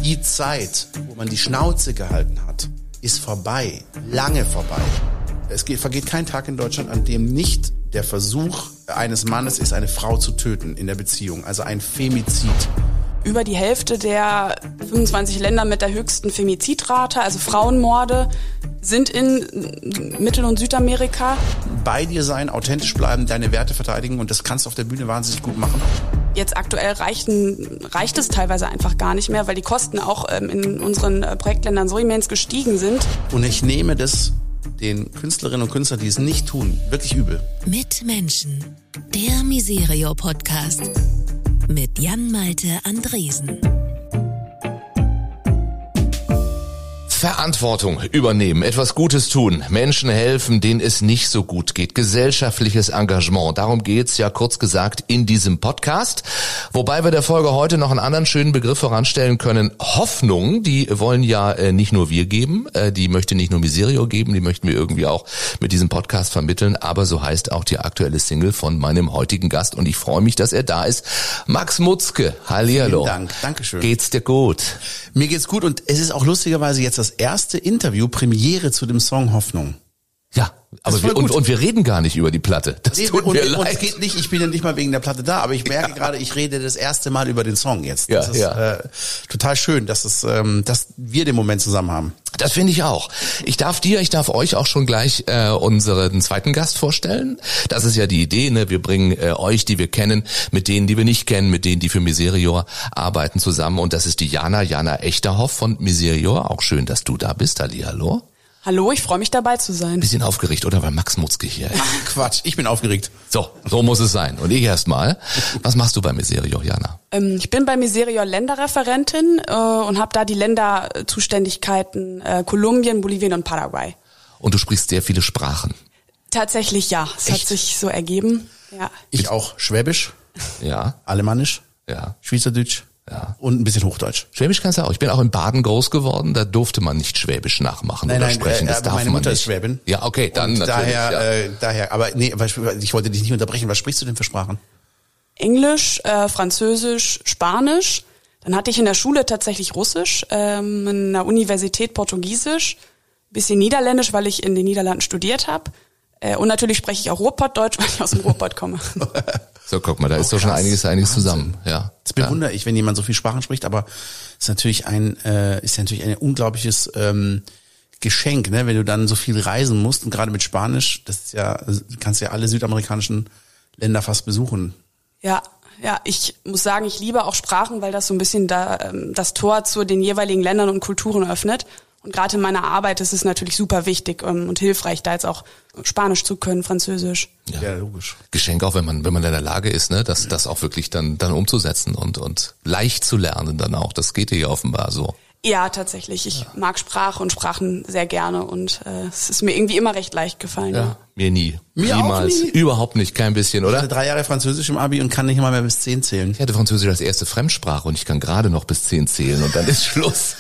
Die Zeit, wo man die Schnauze gehalten hat, ist vorbei. Lange vorbei. Vergeht kein Tag in Deutschland, an dem nicht der Versuch eines Mannes ist, eine Frau zu töten in der Beziehung. Also ein Femizid. Über die Hälfte der 25 Länder mit der höchsten Femizidrate, also Frauenmorde, sind in Mittel- und Südamerika. Bei dir sein, authentisch bleiben, deine Werte verteidigen und das kannst du auf der Bühne wahnsinnig gut machen. Jetzt aktuell reicht es teilweise einfach gar nicht mehr, weil die Kosten auch in unseren Projektländern so immens gestiegen sind. Und ich nehme das den Künstlerinnen und Künstlern, die es nicht tun, wirklich übel. Mit Menschen, der Miserio-Podcast mit Jan-Malte Andresen. Verantwortung übernehmen, etwas Gutes tun, Menschen helfen, denen es nicht so gut geht, gesellschaftliches Engagement. Darum geht's ja kurz gesagt in diesem Podcast. Wobei wir der Folge heute noch einen anderen schönen Begriff voranstellen können. Hoffnung, die wollen ja nicht nur wir geben, die möchte nicht nur Miserio geben, die möchten wir irgendwie auch mit diesem Podcast vermitteln. Aber so heißt auch die aktuelle Single von meinem heutigen Gast und ich freue mich, dass er da ist. Max Mutzke, hallihallo. Vielen Dank, Dankeschön. Geht's dir gut? Mir geht's gut und es ist auch lustigerweise jetzt das erste Interview, Premiere zu dem Song Hoffnung. Ja, aber wir reden gar nicht über die Platte. Das tut mir leid. Und es geht nicht, ich bin ja nicht mal wegen der Platte da, aber ich merke gerade, ich rede das erste Mal über den Song jetzt. Das ist total schön, dass wir den Moment zusammen haben. Das finde ich auch. Ich darf euch auch schon gleich unseren zweiten Gast vorstellen. Das ist ja die Idee, ne? Wir bringen euch, die wir kennen, mit denen, die wir nicht kennen, mit denen, die für Miserio arbeiten, zusammen. Und das ist die Jana Echterhoff von Miserio. Auch schön, dass du da bist. Hallihallo. Hallo, ich freue mich dabei zu sein. Bisschen aufgeregt, oder? Weil Max Mutzke hier ist. Ach Quatsch, ich bin aufgeregt. So muss es sein. Und ich erst mal. Was machst du bei Miserio, Jana? Ich bin bei Miserio Länderreferentin und habe da die Länderzuständigkeiten Kolumbien, Bolivien und Paraguay. Und du sprichst sehr viele Sprachen. Tatsächlich ja, es hat sich so ergeben. Ja. Ich auch Schwäbisch, ja, Alemannisch, ja, Schweizerdeutsch. Ja. Und ein bisschen Hochdeutsch. Schwäbisch kannst du auch. Ich bin auch in Baden groß geworden, da durfte man nicht Schwäbisch nachmachen oder sprechen. Das darf meine man Mutter nicht. ist Schwäbin. Ja, okay, dann und natürlich. Daher, aber nee, ich wollte dich nicht unterbrechen. Was sprichst du denn für Sprachen? Englisch, Französisch, Spanisch. Dann hatte ich in der Schule tatsächlich Russisch, in der Universität Portugiesisch, bisschen Niederländisch, weil ich in den Niederlanden studiert habe. Und natürlich spreche ich auch Ruhrpottdeutsch, weil ich aus dem Ruhrpott komme. So, guck mal, da ist doch schon einiges zusammen. Ja. Das bewundere ich, wenn jemand so viel Sprachen spricht, aber es ist natürlich ein unglaubliches Geschenk, ne, wenn du dann so viel reisen musst und gerade mit Spanisch, das ist ja, du kannst ja alle südamerikanischen Länder fast besuchen. Ja, ich muss sagen, ich liebe auch Sprachen, weil das so ein bisschen das Tor zu den jeweiligen Ländern und Kulturen öffnet. Und gerade in meiner Arbeit ist es natürlich super wichtig und hilfreich, da jetzt auch Spanisch zu können, Französisch. Ja, logisch. Geschenk auch, wenn man in der Lage ist, ne, das auch wirklich dann umzusetzen und leicht zu lernen dann auch. Das geht dir ja offenbar so. Ja, tatsächlich. Ich mag Sprache und Sprachen sehr gerne und es ist mir irgendwie immer recht leicht gefallen. Ja. Mir nie. Mir niemals. Auch nie. Überhaupt nicht, kein bisschen, oder? Ich hatte 3 Jahre Französisch im Abi und kann nicht mal mehr bis 10 zählen. Ich hatte Französisch als erste Fremdsprache und ich kann gerade noch bis 10 zählen und dann ist Schluss.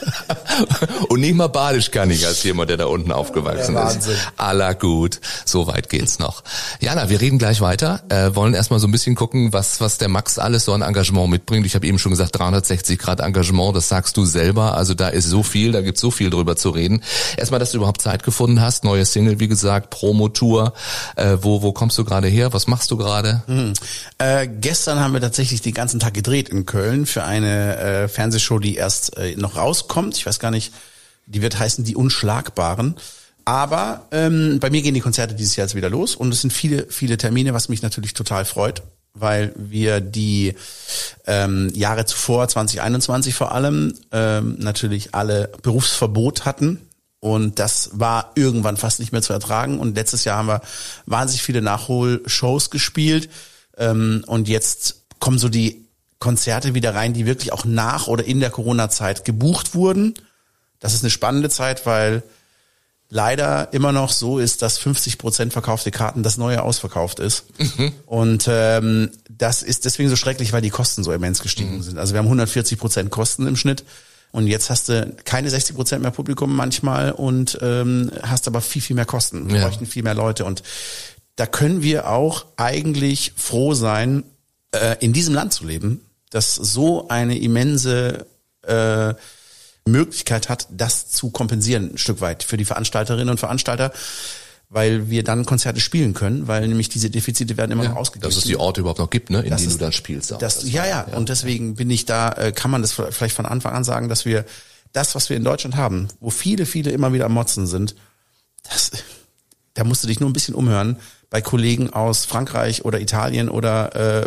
Und nicht mal Badisch kann ich als jemand, der da unten aufgewachsen ist. Aller gut. So weit geht's noch. Jana, wir reden gleich weiter. Wollen erstmal so ein bisschen gucken, was der Max alles so an Engagement mitbringt. Ich habe eben schon gesagt, 360 Grad Engagement, das sagst du selber. Also da ist so viel, da gibt's so viel drüber zu reden. Erstmal, dass du überhaupt Zeit gefunden hast. Neue Single, wie gesagt, Promotour. Wo kommst du gerade her? Was machst du gerade? Gestern haben wir tatsächlich den ganzen Tag gedreht in Köln für eine Fernsehshow, die erst noch rauskommt. Ich weiß gar nicht, die wird heißen Die Unschlagbaren. Aber bei mir gehen die Konzerte dieses Jahr jetzt wieder los und es sind viele, viele Termine, was mich natürlich total freut, weil wir die Jahre zuvor, 2021 vor allem, natürlich alle Berufsverbot hatten. Und das war irgendwann fast nicht mehr zu ertragen. Und letztes Jahr haben wir wahnsinnig viele Nachholshows gespielt. Und jetzt kommen so die Konzerte wieder rein, die wirklich auch nach oder in der Corona-Zeit gebucht wurden. Das ist eine spannende Zeit, weil leider immer noch so ist, dass 50% verkaufte Karten das neue ausverkauft ist. Mhm. Und das ist deswegen so schrecklich, weil die Kosten so immens gestiegen sind. Also wir haben 140% Kosten im Schnitt. Und jetzt hast du keine 60% mehr Publikum manchmal und hast aber viel, viel mehr Kosten. Wir bräuchten viel mehr Leute. Und da können wir auch eigentlich froh sein, in diesem Land zu leben, das so eine immense Möglichkeit hat, das zu kompensieren ein Stück weit für die Veranstalterinnen und Veranstalter, weil wir dann Konzerte spielen können, weil nämlich diese Defizite werden immer noch ausgeglichen. Dass es die Orte überhaupt noch gibt, ne, in denen du dann spielst. Ja. Und deswegen bin ich da, kann man das vielleicht von Anfang an sagen, dass wir das, was wir in Deutschland haben, wo viele immer wieder am Motzen sind, da musst du dich nur ein bisschen umhören bei Kollegen aus Frankreich oder Italien oder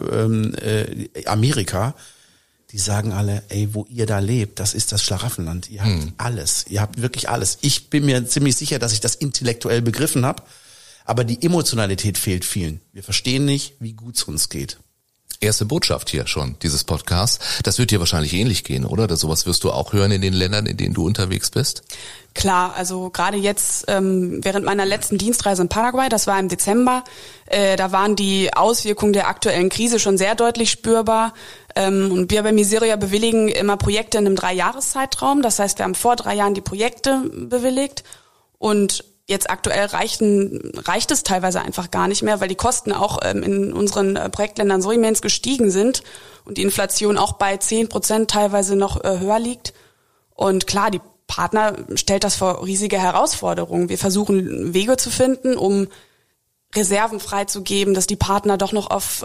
Amerika. Die sagen alle, ey, wo ihr da lebt, das ist das Schlaraffenland. Ihr habt alles. Ihr habt wirklich alles. Ich bin mir ziemlich sicher, dass ich das intellektuell begriffen habe, aber die Emotionalität fehlt vielen. Wir verstehen nicht, wie gut es uns geht. Erste Botschaft hier schon, dieses Podcast. Das wird dir wahrscheinlich ähnlich gehen, oder? Das sowas wirst du auch hören in den Ländern, in denen du unterwegs bist? Klar, also gerade jetzt während meiner letzten Dienstreise in Paraguay, das war im Dezember, da waren die Auswirkungen der aktuellen Krise schon sehr deutlich spürbar. Und wir bei Miseria bewilligen immer Projekte in einem 3-Jahres-Zeitraum. Das heißt, wir haben vor 3 Jahren die Projekte bewilligt und jetzt aktuell reicht es teilweise einfach gar nicht mehr, weil die Kosten auch in unseren Projektländern so immens gestiegen sind und die Inflation auch bei 10% teilweise noch höher liegt. Und klar, die Partner stellt das vor riesige Herausforderungen. Wir versuchen Wege zu finden, um Reserven freizugeben, dass die Partner doch noch auf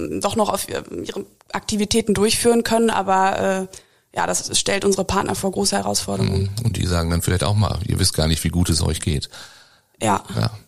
ihre Aktivitäten durchführen können, aber das stellt unsere Partner vor große Herausforderungen. Und die sagen dann vielleicht auch mal, ihr wisst gar nicht, wie gut es euch geht. Ja.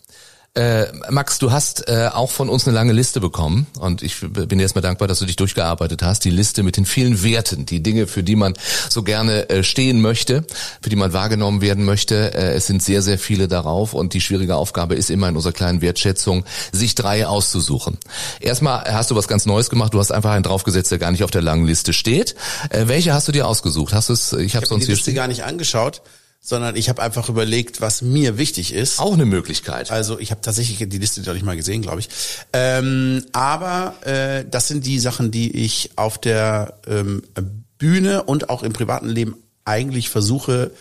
Max, du hast auch von uns eine lange Liste bekommen und ich bin dir erstmal dankbar, dass du dich durchgearbeitet hast. Die Liste mit den vielen Werten, die Dinge, für die man so gerne stehen möchte, für die man wahrgenommen werden möchte. Es sind sehr, sehr viele darauf und die schwierige Aufgabe ist immer in unserer kleinen Wertschätzung, sich 3 auszusuchen. Erstmal hast du was ganz Neues gemacht, du hast einfach einen draufgesetzt, der gar nicht auf der langen Liste steht. Welche hast du dir ausgesucht? Ich habe die Liste gar nicht angeschaut, sondern ich habe einfach überlegt, was mir wichtig ist. Auch eine Möglichkeit. Also ich habe tatsächlich die Liste noch nicht mal gesehen, glaube ich. Aber das sind die Sachen, die ich auf der Bühne und auch im privaten Leben eigentlich versuche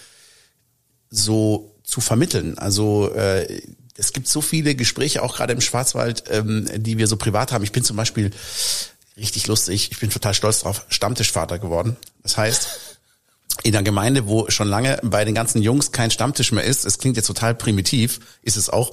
so zu vermitteln. Also es gibt so viele Gespräche, auch gerade im Schwarzwald, die wir so privat haben. Ich bin zum Beispiel richtig lustig, ich bin total stolz drauf, Stammtischvater geworden. Das heißt, in einer Gemeinde, wo schon lange bei den ganzen Jungs kein Stammtisch mehr ist, es klingt jetzt total primitiv, ist es auch,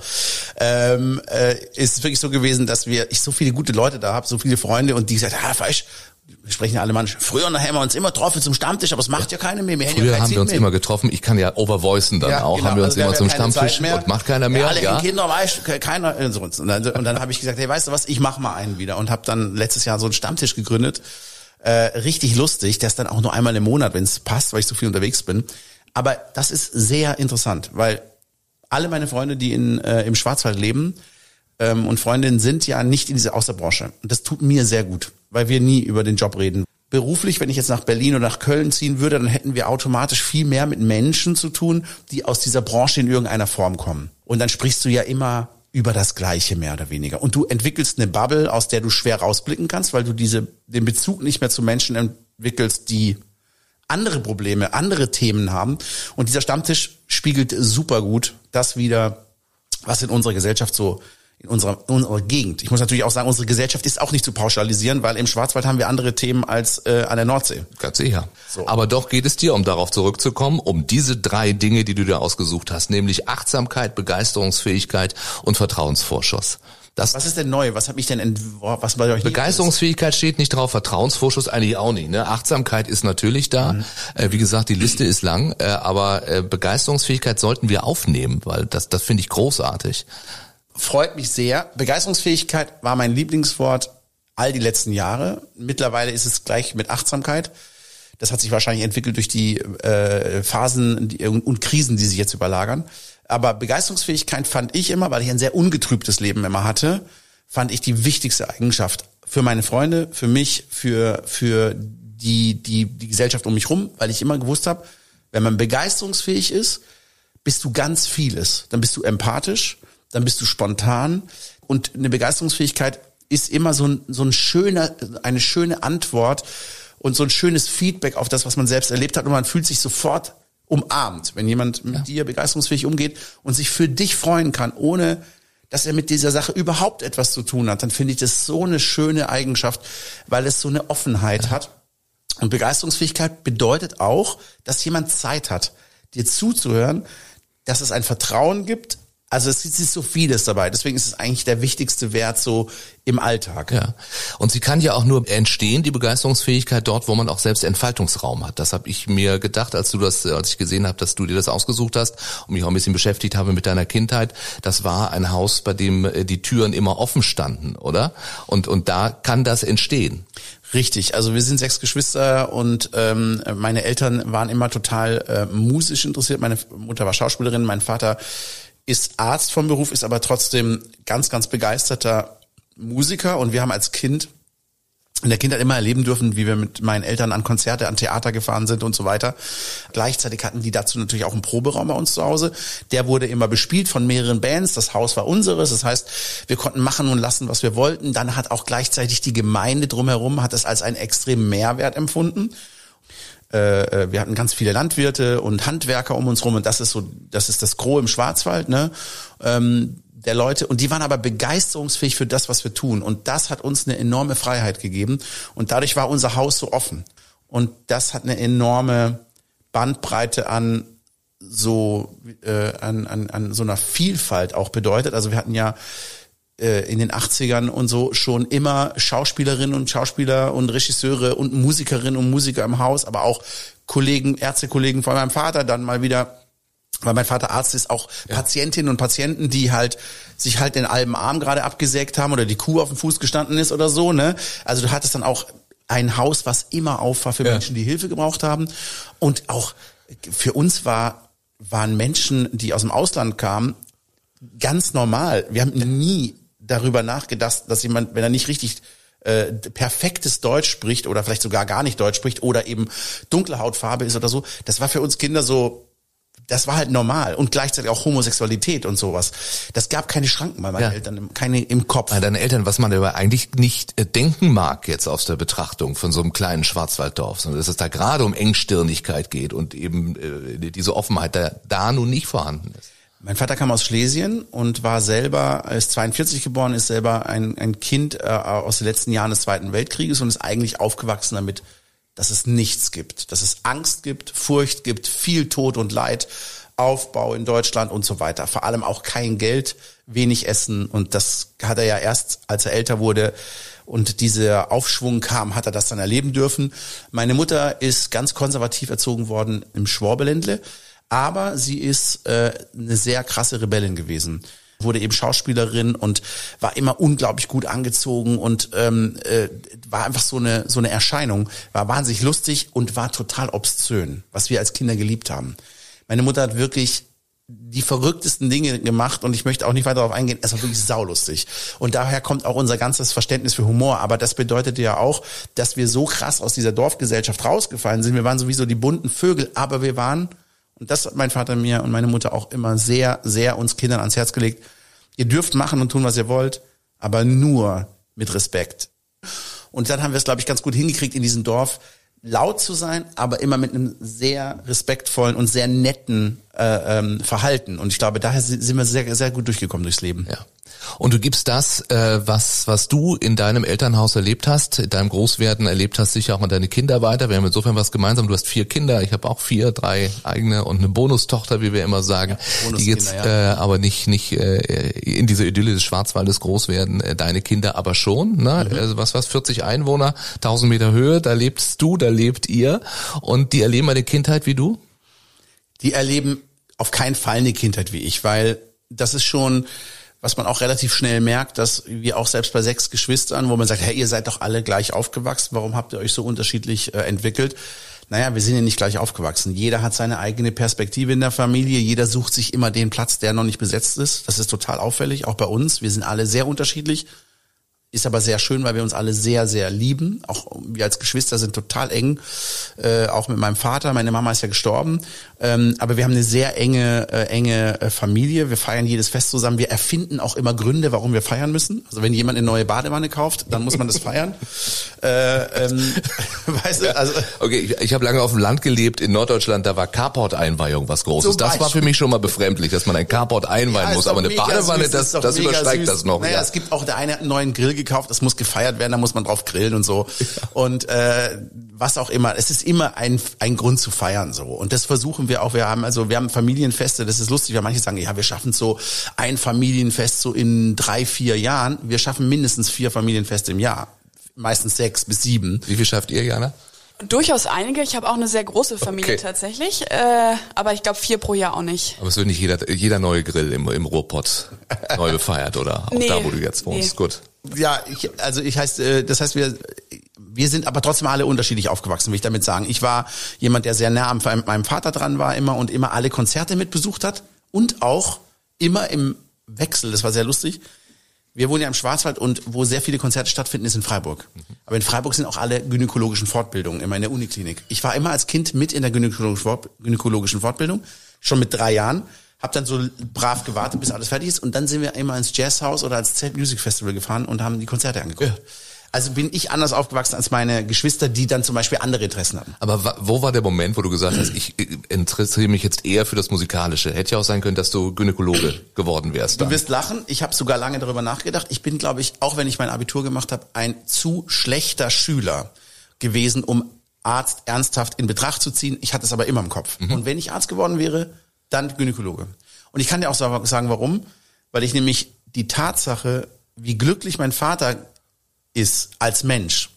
ist es wirklich so gewesen, dass ich so viele gute Leute da habe, so viele Freunde und die gesagt, weißt, wir sprechen ja alle manchmal, früher haben wir uns immer getroffen zum Stammtisch, aber es macht ja keiner mehr. Früher haben wir uns immer getroffen, ich kann ja overvoicen dann auch, genau, haben wir uns immer zum Stammtisch und macht keiner mehr. Alle Kinder, weißt, keiner und so. Und dann habe ich gesagt, hey, weißt du was, ich mach mal einen wieder und habe dann letztes Jahr so einen Stammtisch gegründet. Richtig lustig, der ist dann auch nur einmal im Monat, wenn es passt, weil ich so viel unterwegs bin. Aber das ist sehr interessant, weil alle meine Freunde, die im Schwarzwald leben und Freundinnen sind ja nicht in dieser Außerbranche. Und das tut mir sehr gut, weil wir nie über den Job reden. Beruflich, wenn ich jetzt nach Berlin oder nach Köln ziehen würde, dann hätten wir automatisch viel mehr mit Menschen zu tun, die aus dieser Branche in irgendeiner Form kommen. Und dann sprichst du ja immer über das Gleiche mehr oder weniger. Und du entwickelst eine Bubble, aus der du schwer rausblicken kannst, weil du den Bezug nicht mehr zu Menschen entwickelst, die andere Probleme, andere Themen haben. Und dieser Stammtisch spiegelt super gut das wider, was in unserer Gesellschaft so, in unserer Gegend. Ich muss natürlich auch sagen, unsere Gesellschaft ist auch nicht zu pauschalisieren, weil im Schwarzwald haben wir andere Themen als an der Nordsee. Ganz sicher. So. Aber doch geht es dir, um darauf zurückzukommen, um diese 3 Dinge, die du dir ausgesucht hast, nämlich Achtsamkeit, Begeisterungsfähigkeit und Vertrauensvorschuss. Was ist denn neu? Was habe ich denn was bei euch? Begeisterungsfähigkeit steht nicht drauf, Vertrauensvorschuss eigentlich auch nicht. Ne? Achtsamkeit ist natürlich da. Wie gesagt, die Liste ist lang, aber Begeisterungsfähigkeit sollten wir aufnehmen, weil das finde ich großartig. Freut mich sehr. Begeisterungsfähigkeit war mein Lieblingswort all die letzten Jahre. Mittlerweile ist es gleich mit Achtsamkeit. Das hat sich wahrscheinlich entwickelt durch die Phasen und Krisen, die sich jetzt überlagern. Aber Begeisterungsfähigkeit fand ich immer, weil ich ein sehr ungetrübtes Leben immer hatte, fand ich die wichtigste Eigenschaft für meine Freunde, für mich, für die Gesellschaft um mich rum, weil ich immer gewusst habe, wenn man begeisterungsfähig ist, bist du ganz vieles. Dann bist du empathisch, dann bist du spontan und eine Begeisterungsfähigkeit ist immer eine schöne Antwort und so ein schönes Feedback auf das, was man selbst erlebt hat und man fühlt sich sofort umarmt, wenn jemand mit dir begeisterungsfähig umgeht und sich für dich freuen kann, ohne dass er mit dieser Sache überhaupt etwas zu tun hat, dann finde ich das so eine schöne Eigenschaft, weil es so eine Offenheit hat. Und Begeisterungsfähigkeit bedeutet auch, dass jemand Zeit hat, dir zuzuhören, dass es ein Vertrauen gibt. Also es ist so vieles dabei. Deswegen ist es eigentlich der wichtigste Wert so im Alltag. Ja. Und sie kann ja auch nur entstehen, die Begeisterungsfähigkeit, dort, wo man auch selbst Entfaltungsraum hat. Das habe ich mir gedacht, als ich gesehen habe, dass du dir das ausgesucht hast und mich auch ein bisschen beschäftigt habe mit deiner Kindheit. Das war ein Haus, bei dem die Türen immer offen standen, oder? Und da kann das entstehen. Richtig, also wir sind 6 Geschwister und meine Eltern waren immer total musisch interessiert. Meine Mutter war Schauspielerin, mein Vater ist Arzt vom Beruf, ist aber trotzdem ganz, ganz begeisterter Musiker. Und wir haben als Kind in der Kindheit immer erleben dürfen, wie wir mit meinen Eltern an Konzerte, an Theater gefahren sind und so weiter. Gleichzeitig hatten die dazu natürlich auch einen Proberaum bei uns zu Hause. Der wurde immer bespielt von mehreren Bands. Das Haus war unseres. Das heißt, wir konnten machen und lassen, was wir wollten. Dann hat auch gleichzeitig die Gemeinde drumherum, hat es als einen extremen Mehrwert empfunden. Wir hatten ganz viele Landwirte und Handwerker um uns rum und das ist das Gros im Schwarzwald, ne? Der Leute, und die waren aber begeisterungsfähig für das, was wir tun. Und das hat uns eine enorme Freiheit gegeben. Und dadurch war unser Haus so offen. Und das hat eine enorme Bandbreite an so einer Vielfalt auch bedeutet. Also wir hatten ja in den 80ern und so schon immer Schauspielerinnen und Schauspieler und Regisseure und Musikerinnen und Musiker im Haus, aber auch Kollegen, Ärztekollegen von meinem Vater, dann mal wieder, weil mein Vater Arzt ist, auch Patientinnen und Patienten, die halt sich halt den halben Arm gerade abgesägt haben oder die Kuh auf dem Fuß gestanden ist oder so, ne? Also du hattest dann auch ein Haus, was immer auf war für Menschen, die Hilfe gebraucht haben. Und auch für uns waren Menschen, die aus dem Ausland kamen, ganz normal. Wir haben nie darüber nachgedacht, dass jemand, wenn er nicht richtig perfektes Deutsch spricht oder vielleicht sogar gar nicht Deutsch spricht oder eben dunkle Hautfarbe ist oder so, das war für uns Kinder so, das war halt normal. Und gleichzeitig auch Homosexualität und sowas. Das gab keine Schranken bei meinen Eltern, keine im Kopf. Bei deinen Eltern, was man aber eigentlich nicht denken mag jetzt aus der Betrachtung von so einem kleinen Schwarzwalddorf, sondern dass es da gerade um Engstirnigkeit geht und eben diese Offenheit da nun nicht vorhanden ist. Mein Vater kam aus Schlesien und ist 42 geboren, ist selber ein Kind aus den letzten Jahren des Zweiten Weltkrieges und ist eigentlich aufgewachsen damit, dass es nichts gibt, dass es Angst gibt, Furcht gibt, viel Tod und Leid, Aufbau in Deutschland und so weiter. Vor allem auch kein Geld, wenig Essen und das hat er ja erst, als er älter wurde und dieser Aufschwung kam, hat er das dann erleben dürfen. Meine Mutter ist ganz konservativ erzogen worden im Schwabeländle. Aber sie ist eine sehr krasse Rebellin gewesen. Wurde eben Schauspielerin und war immer unglaublich gut angezogen und war einfach so eine Erscheinung. War wahnsinnig lustig und war total obszön, was wir als Kinder geliebt haben. Meine Mutter hat wirklich die verrücktesten Dinge gemacht und ich möchte auch nicht weiter darauf eingehen. Es war wirklich saulustig. Und daher kommt auch unser ganzes Verständnis für Humor. Aber das bedeutete ja auch, dass wir so krass aus dieser Dorfgesellschaft rausgefallen sind. Wir waren sowieso die bunten Vögel, aber wir waren... Und das hat mein Vater mir und meine Mutter auch immer sehr, sehr uns Kindern ans Herz gelegt. Ihr dürft machen und tun, was ihr wollt, aber nur mit Respekt. Und dann haben wir es, glaube ich, ganz gut hingekriegt, in diesem Dorf laut zu sein, aber immer mit einem sehr respektvollen und sehr netten Verhalten. Und ich glaube, daher sind wir sehr, sehr gut durchgekommen durchs Leben. Ja. Und du gibst das, was du in deinem Elternhaus erlebt hast, in deinem Großwerden erlebt hast, sicher auch an deine Kinder weiter. Wir haben insofern was gemeinsam. Du hast 4 Kinder, ich habe auch 4, 3 eigene und eine Bonustochter, wie wir immer sagen, die jetzt aber nicht in dieser Idylle des Schwarzwaldes groß werden. Deine Kinder aber schon, ne? Also was 40 Einwohner, 1000 Meter Höhe, da lebst du, da lebt ihr und die erleben eine Kindheit wie du? Die erleben auf keinen Fall eine Kindheit wie ich, weil das ist schon... Was man auch relativ schnell merkt, dass wir auch selbst bei 6 Geschwistern, wo man sagt, hey, ihr seid doch alle gleich aufgewachsen, warum habt ihr euch so unterschiedlich entwickelt? Naja, wir sind ja nicht gleich aufgewachsen. Jeder hat seine eigene Perspektive in der Familie, jeder sucht sich immer den Platz, der noch nicht besetzt ist. Das ist total auffällig, auch bei uns. Wir sind alle sehr unterschiedlich, ist aber sehr schön, weil wir uns alle sehr, sehr lieben. Auch wir als Geschwister sind total eng, auch mit meinem Vater. Meine Mama ist ja gestorben, aber wir haben eine sehr enge Familie. Wir feiern jedes Fest zusammen. Wir erfinden auch immer Gründe, warum wir feiern müssen. Also wenn jemand eine neue Badewanne kauft, dann muss man das feiern. Weißt du? Also okay, ich habe lange auf dem Land gelebt in Norddeutschland. Da war Carport-Einweihung was Großes. Das war für mich schon mal befremdlich, dass man ein Carport einweihen muss. Aber eine Badewanne, das übersteigt das noch. Naja, es gibt auch der eine hat einen neuen Grill gekauft gekauft, das muss gefeiert werden, da muss man drauf grillen und so. Ja. Und was auch immer, es ist immer ein Grund zu feiern so. Und das versuchen wir auch. Wir haben Familienfeste, das ist lustig, weil manche sagen, ja, wir schaffen so ein Familienfest so in 3-4 Jahren. Wir schaffen mindestens 4 Familienfeste im Jahr. Meistens 6 bis 7. Wie viel schafft ihr, Jana? Durchaus einige. Ich habe auch eine sehr große Familie tatsächlich, aber ich glaube 4 pro Jahr auch nicht. Aber es wird nicht jeder neue Grill im Ruhrpott neu befeiert, oder? Auch da, wo du jetzt wohnst. Nee. Gut. Ja, das heißt, wir sind aber trotzdem alle unterschiedlich aufgewachsen, will ich damit sagen. Ich war jemand, der sehr nah an meinem Vater dran war immer und immer alle Konzerte mitbesucht hat und auch immer im Wechsel, das war sehr lustig. Wir wohnen ja im Schwarzwald und wo sehr viele Konzerte stattfinden, ist in Freiburg. Aber in Freiburg sind auch alle gynäkologischen Fortbildungen, immer in der Uniklinik. Ich war immer als Kind mit in der gynäkologischen Fortbildung, schon mit 3 Jahren, hab dann so brav gewartet, bis alles fertig ist und dann sind wir immer ins Jazzhaus oder als Zelt Music Festival gefahren und haben die Konzerte angeguckt. Ja. Also bin ich anders aufgewachsen als meine Geschwister, die dann zum Beispiel andere Interessen hatten. Aber wo war der Moment, wo du gesagt hast, ich interessiere mich jetzt eher für das Musikalische? Hätte ja auch sein können, dass du Gynäkologe geworden wärst. Du wirst lachen. Ich habe sogar lange darüber nachgedacht. Ich bin, glaube ich, auch wenn ich mein Abitur gemacht habe, ein zu schlechter Schüler gewesen, um Arzt ernsthaft in Betracht zu ziehen. Ich hatte es aber immer im Kopf. Und wenn ich Arzt geworden wäre, dann Gynäkologe. Und ich kann dir auch sagen, warum. Weil ich nämlich die Tatsache, wie glücklich mein Vater ist als Mensch,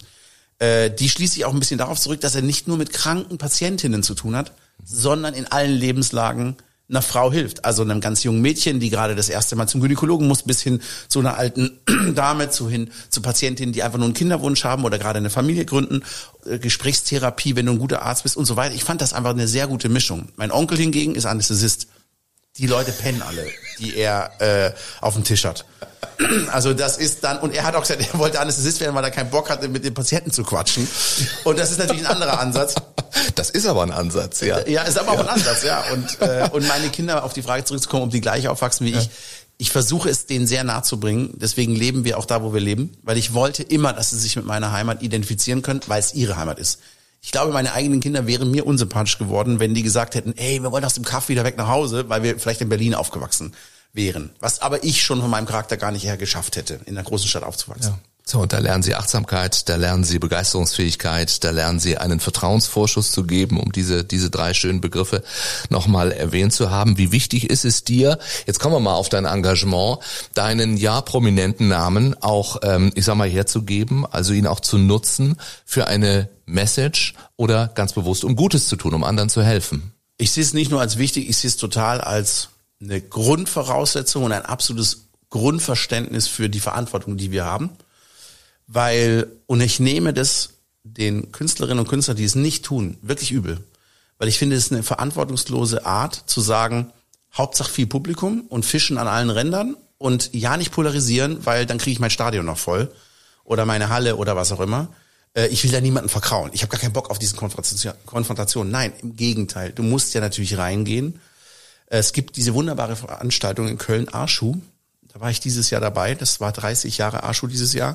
die schließe ich auch ein bisschen darauf zurück, dass er nicht nur mit kranken Patientinnen zu tun hat, sondern in allen Lebenslagen einer Frau hilft. Also einem ganz jungen Mädchen, die gerade das erste Mal zum Gynäkologen muss, bis hin zu einer alten Dame, hin zu Patientinnen, die einfach nur einen Kinderwunsch haben oder gerade eine Familie gründen, Gesprächstherapie, wenn du ein guter Arzt bist und so weiter. Ich fand das einfach eine sehr gute Mischung. Mein Onkel hingegen ist Anästhesist. Die Leute pennen alle, die er auf dem Tisch hat. Also das ist dann, und er hat auch gesagt, er wollte Anästhesist werden, weil er keinen Bock hatte, mit den Patienten zu quatschen. Und das ist natürlich ein anderer Ansatz. Das ist aber ein Ansatz, ja. Ja, ist aber auch ein Ansatz, ja. Und meine Kinder, auf die Frage zurückzukommen, ob die gleich aufwachsen wie ich, ich versuche es denen sehr nahe zu bringen. Deswegen leben wir auch da, wo wir leben. Weil ich wollte immer, dass sie sich mit meiner Heimat identifizieren können, weil es ihre Heimat ist. Ich glaube, meine eigenen Kinder wären mir unsympathisch geworden, wenn die gesagt hätten, ey, wir wollen aus dem Kaff wieder weg nach Hause, weil wir vielleicht in Berlin aufgewachsen wären. Was aber ich schon von meinem Charakter gar nicht her geschafft hätte, in einer großen Stadt aufzuwachsen. Ja. So, und da lernen sie Achtsamkeit, da lernen sie Begeisterungsfähigkeit, da lernen sie einen Vertrauensvorschuss zu geben, um diese 3 schönen Begriffe nochmal erwähnt zu haben. Wie wichtig ist es dir, jetzt kommen wir mal auf dein Engagement, deinen prominenten Namen auch, herzugeben, also ihn auch zu nutzen für eine Message oder ganz bewusst, um Gutes zu tun, um anderen zu helfen? Ich sehe es nicht nur als wichtig, ich sehe es total als eine Grundvoraussetzung und ein absolutes Grundverständnis für die Verantwortung, die wir haben. Und ich nehme das den Künstlerinnen und Künstlern, die es nicht tun, wirklich übel. Weil ich finde, es ist eine verantwortungslose Art zu sagen, Hauptsache viel Publikum und fischen an allen Rändern und ja nicht polarisieren, weil dann kriege ich mein Stadion noch voll oder meine Halle oder was auch immer. Ich will da niemanden verkrauen. Ich habe gar keinen Bock auf diese Konfrontation. Nein, im Gegenteil. Du musst ja natürlich reingehen. Es gibt diese wunderbare Veranstaltung in Köln, Arschu. Da war ich dieses Jahr dabei. Das war 30 Jahre Arschu dieses Jahr.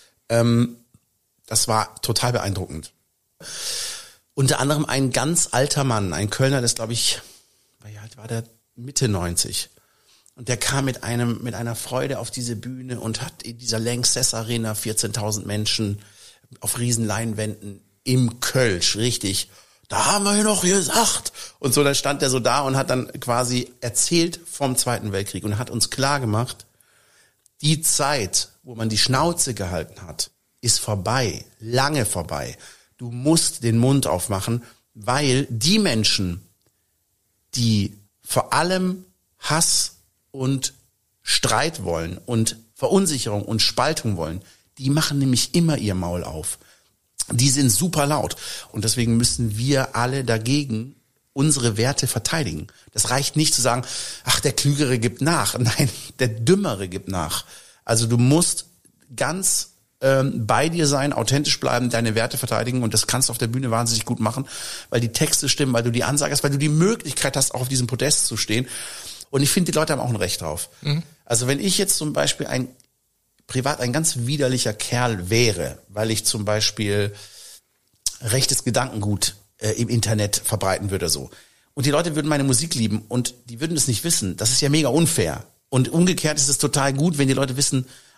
Das war total beeindruckend. Unter anderem ein ganz alter Mann, ein Kölner, das glaube ich, wie alt war der? Mitte 90. Und der kam mit einer Freude auf diese Bühne und hat in dieser Lanxess Arena 14.000 Menschen auf riesen Leinwänden im Kölsch, richtig. Da haben wir ja noch gesagt. Und so, dann stand er so da und hat dann quasi erzählt vom Zweiten Weltkrieg und hat uns klar gemacht, die Zeit, wo man die Schnauze gehalten hat, ist vorbei, lange vorbei. Du musst den Mund aufmachen, weil die Menschen, die vor allem Hass und Streit wollen und Verunsicherung und Spaltung wollen, die machen nämlich immer ihr Maul auf. Die sind super laut. Und deswegen müssen wir alle dagegen unsere Werte verteidigen. Das reicht nicht zu sagen, ach, der Klügere gibt nach. Nein, der Dümmere gibt nach. Also du musst ganz bei dir sein, authentisch bleiben, deine Werte verteidigen und das kannst du auf der Bühne wahnsinnig gut machen, weil die Texte stimmen, weil du die Ansage hast, weil du die Möglichkeit hast, auch auf diesem Podest zu stehen. Und ich finde, die Leute haben auch ein Recht drauf. Mhm. Also wenn ich jetzt zum Beispiel privat ein ganz widerlicher Kerl wäre, weil ich zum Beispiel rechtes Gedankengut im Internet verbreiten würde so. Und die Leute würden meine Musik lieben und die würden es nicht wissen. Das ist ja mega unfair. Und umgekehrt ist es total gut, wenn die Leute wissen,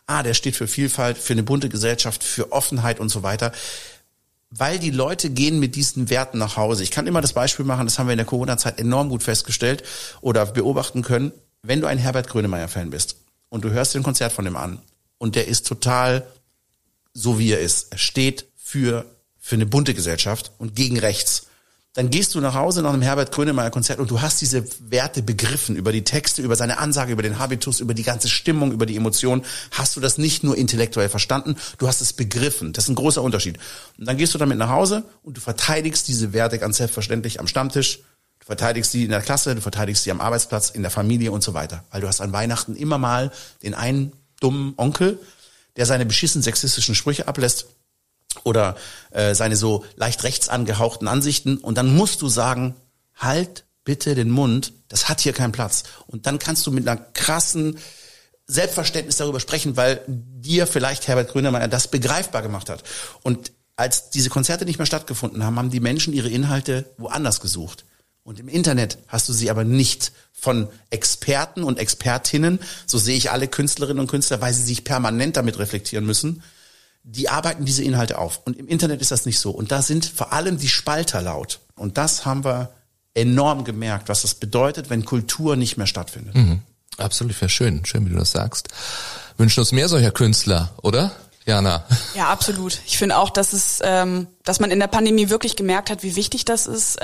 der steht für Vielfalt, für eine bunte Gesellschaft, für Offenheit und so weiter. Weil die Leute gehen mit diesen Werten nach Hause. Ich kann immer das Beispiel machen, das haben wir in der Corona-Zeit enorm gut festgestellt oder beobachten können. Wenn du ein Herbert Grönemeyer-Fan bist und du hörst den Konzert von dem an und der ist total so, wie er ist. Er steht für eine bunte Gesellschaft und gegen rechts. Dann gehst du nach Hause nach einem Herbert Grönemeyer-Konzert und du hast diese Werte begriffen, über die Texte, über seine Ansage, über den Habitus, über die ganze Stimmung, über die Emotionen. Hast du das nicht nur intellektuell verstanden, du hast es begriffen. Das ist ein großer Unterschied. Und dann gehst du damit nach Hause und du verteidigst diese Werte ganz selbstverständlich am Stammtisch. Du verteidigst sie in der Klasse, du verteidigst sie am Arbeitsplatz, in der Familie und so weiter. Weil du hast an Weihnachten immer mal den einen dummen Onkel, der seine beschissen sexistischen Sprüche ablässt oder seine so leicht rechts angehauchten Ansichten. Und dann musst du sagen, halt bitte den Mund, das hat hier keinen Platz. Und dann kannst du mit einer krassen Selbstverständnis darüber sprechen, weil dir vielleicht Herbert Grönemeyer das begreifbar gemacht hat. Und als diese Konzerte nicht mehr stattgefunden haben, haben die Menschen ihre Inhalte woanders gesucht. Und im Internet hast du sie aber nicht von Experten und Expertinnen, so sehe ich alle Künstlerinnen und Künstler, weil sie sich permanent damit reflektieren müssen, die arbeiten diese Inhalte auf. Und im Internet ist das nicht so. Und da sind vor allem die Spalter laut. Und das haben wir enorm gemerkt, was das bedeutet, wenn Kultur nicht mehr stattfindet. Mhm. Absolut, wäre schön, wie du das sagst. Wünschen uns mehr solcher Künstler, oder? Jana. Ja, absolut. Ich finde auch, dass dass man in der Pandemie wirklich gemerkt hat, wie wichtig das ist,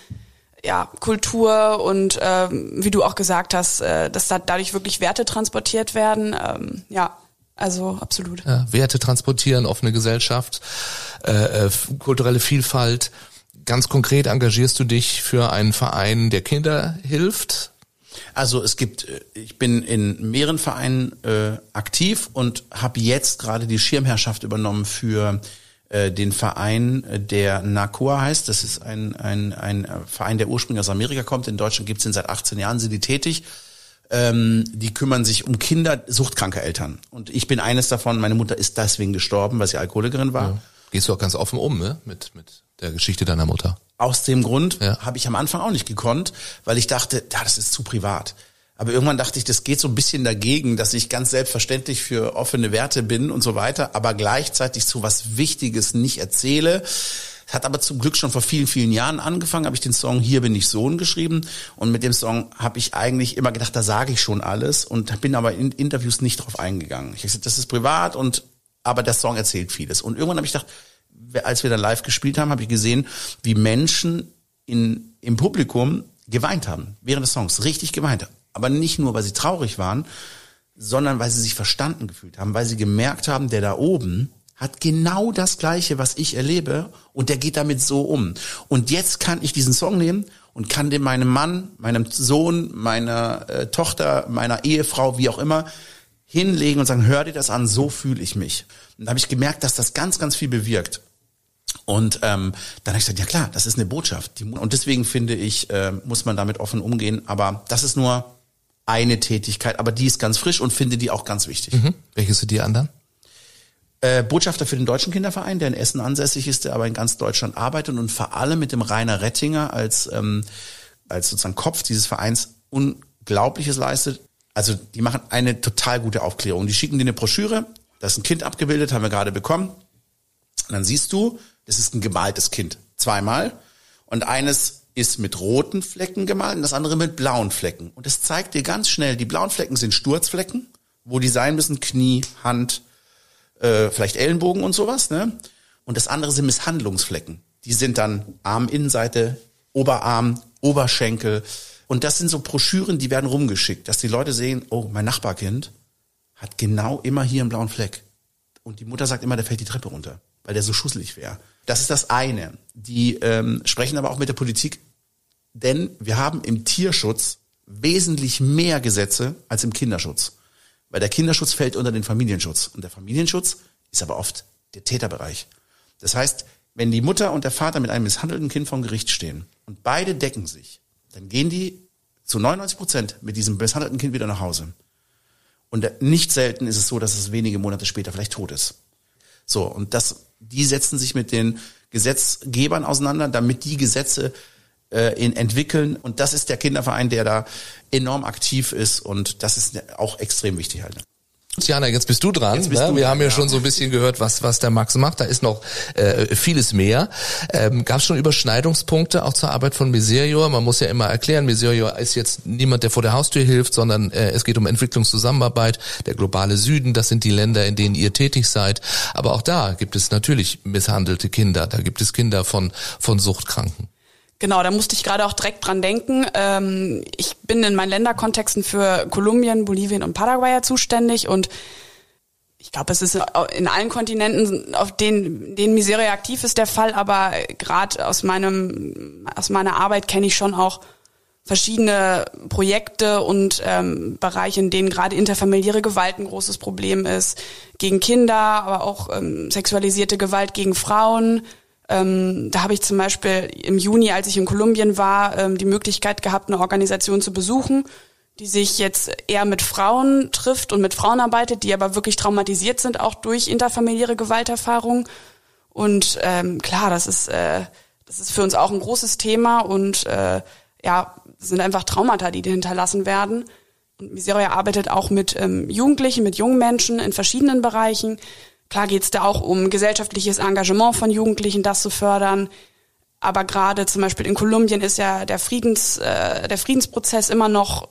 Kultur und wie du auch gesagt hast, dass da dadurch wirklich Werte transportiert werden. Also absolut. Ja, Werte transportieren, offene Gesellschaft, kulturelle Vielfalt. Ganz konkret engagierst du dich für einen Verein, der Kinder hilft? Also ich bin in mehreren Vereinen aktiv und habe jetzt gerade die Schirmherrschaft übernommen für den Verein, der NACOA heißt. Das ist ein Verein, der ursprünglich aus Amerika kommt. In Deutschland gibt es den seit 18 Jahren, sind die tätig. Die kümmern sich um Kinder, suchtkranke Eltern. Und ich bin eines davon. Meine Mutter ist deswegen gestorben, weil sie Alkoholikerin war. Ja. Gehst du auch ganz offen ne? Mit der Geschichte deiner Mutter? Aus dem Grund habe ich am Anfang auch nicht gekonnt, weil ich dachte, das ist zu privat. Aber irgendwann dachte ich, das geht so ein bisschen dagegen, dass ich ganz selbstverständlich für offene Werte bin und so weiter, aber gleichzeitig so was Wichtiges nicht erzähle. Hat aber zum Glück schon vor vielen, vielen Jahren angefangen, habe ich den Song Hier bin ich Sohn geschrieben und mit dem Song habe ich eigentlich immer gedacht, da sage ich schon alles und bin aber in Interviews nicht drauf eingegangen. Ich habe gesagt, das ist privat aber der Song erzählt vieles. Und irgendwann habe ich gedacht, als wir dann live gespielt haben, habe ich gesehen, wie Menschen im Publikum geweint haben, während des Songs, richtig geweint haben. Aber nicht nur, weil sie traurig waren, sondern weil sie sich verstanden gefühlt haben, weil sie gemerkt haben, der da oben hat genau das Gleiche, was ich erlebe und der geht damit so um. Und jetzt kann ich diesen Song nehmen und kann dem meinem Mann, meinem Sohn, meiner Tochter, meiner Ehefrau, wie auch immer, hinlegen und sagen, hör dir das an, so fühle ich mich. Und da habe ich gemerkt, dass das ganz, ganz viel bewirkt. Und dann habe ich gesagt, ja klar, das ist eine Botschaft. Und deswegen finde ich, muss man damit offen umgehen. Aber das ist nur eine Tätigkeit, aber die ist ganz frisch und finde die auch ganz wichtig. Mhm. Welche sind die anderen? Botschafter für den Deutschen Kinderverein, der in Essen ansässig ist, der aber in ganz Deutschland arbeitet und vor allem mit dem Rainer Rettinger als sozusagen Kopf dieses Vereins Unglaubliches leistet. Also die machen eine total gute Aufklärung. Die schicken dir eine Broschüre, da ist ein Kind abgebildet, haben wir gerade bekommen. Und dann siehst du, das ist ein gemaltes Kind, zweimal. Und eines ist mit roten Flecken gemalt und das andere mit blauen Flecken. Und es zeigt dir ganz schnell, die blauen Flecken sind Sturzflecken, wo die sein müssen, Knie, Hand, vielleicht Ellenbogen und sowas, ne? Und das andere sind Misshandlungsflecken. Die sind dann Arminnenseite, Oberarm, Oberschenkel. Und das sind so Broschüren, die werden rumgeschickt, dass die Leute sehen, oh, mein Nachbarkind hat genau immer hier einen blauen Fleck. Und die Mutter sagt immer, der fällt die Treppe runter, weil der so schusselig wäre. Das ist das eine. Die sprechen aber auch mit der Politik, denn wir haben im Tierschutz wesentlich mehr Gesetze als im Kinderschutz. Weil der Kinderschutz fällt unter den Familienschutz. Und der Familienschutz ist aber oft der Täterbereich. Das heißt, wenn die Mutter und der Vater mit einem misshandelten Kind vor Gericht stehen und beide decken sich, dann gehen die zu 99% mit diesem misshandelten Kind wieder nach Hause. Und nicht selten ist es so, dass es wenige Monate später vielleicht tot ist. So, und die setzen sich mit den Gesetzgebern auseinander, damit die Gesetze entwickeln. Und das ist der Kinderverein, der da enorm aktiv ist. Und das ist auch extrem wichtig halt. Jana, jetzt bist du dran. Wir haben ja schon so ein bisschen gehört, was der Max macht. Da ist noch vieles mehr. Gab es schon Überschneidungspunkte auch zur Arbeit von Miserior? Man muss ja immer erklären, Miserior ist jetzt niemand, der vor der Haustür hilft, sondern es geht um Entwicklungszusammenarbeit. Der globale Süden, das sind die Länder, in denen ihr tätig seid. Aber auch da gibt es natürlich misshandelte Kinder. Da gibt es Kinder von Suchtkranken. Genau, da musste ich gerade auch direkt dran denken. Ich bin in meinen Länderkontexten für Kolumbien, Bolivien und Paraguay zuständig und ich glaube, es ist in allen Kontinenten, auf denen Miseria aktiv ist, der Fall, aber gerade aus meiner Arbeit kenne ich schon auch verschiedene Projekte und Bereiche, in denen gerade interfamiliäre Gewalt ein großes Problem ist, gegen Kinder, aber auch sexualisierte Gewalt gegen Frauen. Da habe ich zum Beispiel im Juni, als ich in Kolumbien war, die Möglichkeit gehabt, eine Organisation zu besuchen, die sich jetzt eher mit Frauen trifft und mit Frauen arbeitet, die aber wirklich traumatisiert sind, auch durch interfamiliäre Gewalterfahrungen. Und klar, das ist für uns auch ein großes Thema und das sind einfach Traumata, die hinterlassen werden. Und Miseria arbeitet auch mit Jugendlichen, mit jungen Menschen in verschiedenen Bereichen. Klar geht es da auch um gesellschaftliches Engagement von Jugendlichen, das zu fördern. Aber gerade zum Beispiel in Kolumbien ist ja der Friedensprozess immer noch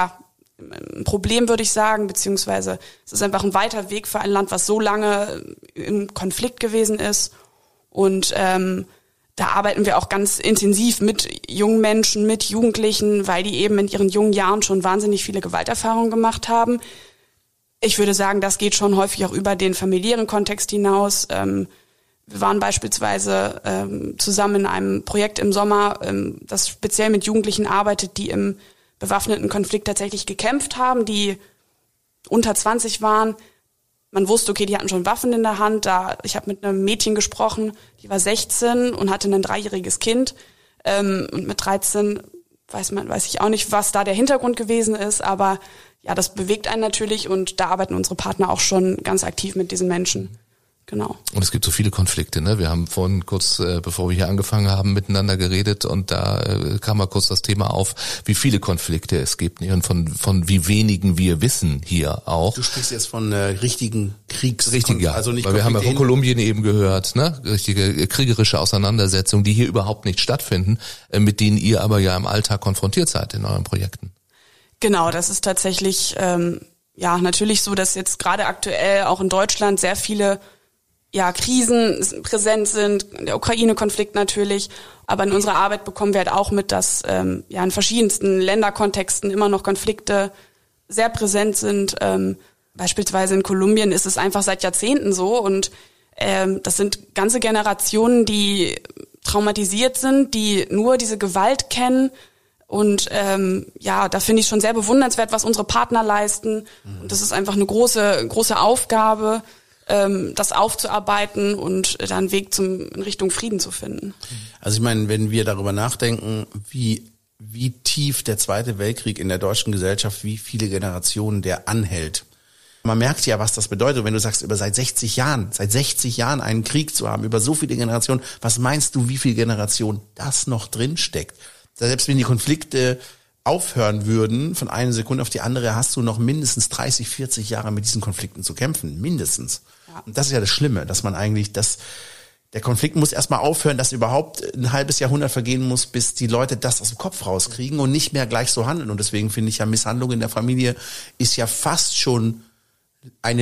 ein Problem, würde ich sagen, beziehungsweise es ist einfach ein weiter Weg für ein Land, was so lange im Konflikt gewesen ist. Und da arbeiten wir auch ganz intensiv mit jungen Menschen, mit Jugendlichen, weil die eben in ihren jungen Jahren schon wahnsinnig viele Gewalterfahrungen gemacht haben. Ich würde sagen, das geht schon häufig auch über den familiären Kontext hinaus. Wir waren beispielsweise zusammen in einem Projekt im Sommer, das speziell mit Jugendlichen arbeitet, die im bewaffneten Konflikt tatsächlich gekämpft haben, die unter 20 waren. Man wusste, okay, die hatten schon Waffen in der Hand. Ich habe mit einem Mädchen gesprochen, die war 16 und hatte ein 3-jähriges Kind. Und mit 13 weiß ich auch nicht, was da der Hintergrund gewesen ist, aber ja, das bewegt einen natürlich und da arbeiten unsere Partner auch schon ganz aktiv mit diesen Menschen. Genau. Und es gibt so viele Konflikte, ne? Wir haben vorhin kurz, bevor wir hier angefangen haben, miteinander geredet und da kam mal kurz das Thema auf, wie viele Konflikte es gibt und von wie wenigen wir wissen hier auch. Du sprichst jetzt von richtigen ja. Also nicht, weil wir haben ja von Kolumbien eben gehört, ne? Richtige kriegerische Auseinandersetzungen, die hier überhaupt nicht stattfinden, mit denen ihr aber ja im Alltag konfrontiert seid in euren Projekten. Genau, das ist tatsächlich natürlich so, dass jetzt gerade aktuell auch in Deutschland sehr viele Krisen präsent sind, der Ukraine-Konflikt natürlich, aber in unserer Arbeit bekommen wir halt auch mit, dass in verschiedensten Länderkontexten immer noch Konflikte sehr präsent sind. Beispielsweise in Kolumbien ist es einfach seit Jahrzehnten so und das sind ganze Generationen, die traumatisiert sind, die nur diese Gewalt kennen. Und da finde ich schon sehr bewundernswert, was unsere Partner leisten. Und das ist einfach eine große Aufgabe, das aufzuarbeiten und dann einen Weg in Richtung Frieden zu finden. Also ich meine, wenn wir darüber nachdenken, wie tief der Zweite Weltkrieg in der deutschen Gesellschaft, wie viele Generationen der anhält. Man merkt ja, was das bedeutet, wenn du sagst, seit 60 Jahren einen Krieg zu haben, über so viele Generationen. Was meinst du, wie viele Generationen das noch drin steckt? Selbst wenn die Konflikte aufhören würden, von einer Sekunde auf die andere, hast du noch mindestens 30, 40 Jahre mit diesen Konflikten zu kämpfen. Mindestens. Ja. Und das ist ja das Schlimme, dass man eigentlich der Konflikt muss erstmal aufhören, dass überhaupt ein halbes Jahrhundert vergehen muss, bis die Leute das aus dem Kopf rauskriegen und nicht mehr gleich so handeln. Und deswegen finde ich ja, Misshandlung in der Familie ist ja fast schon eine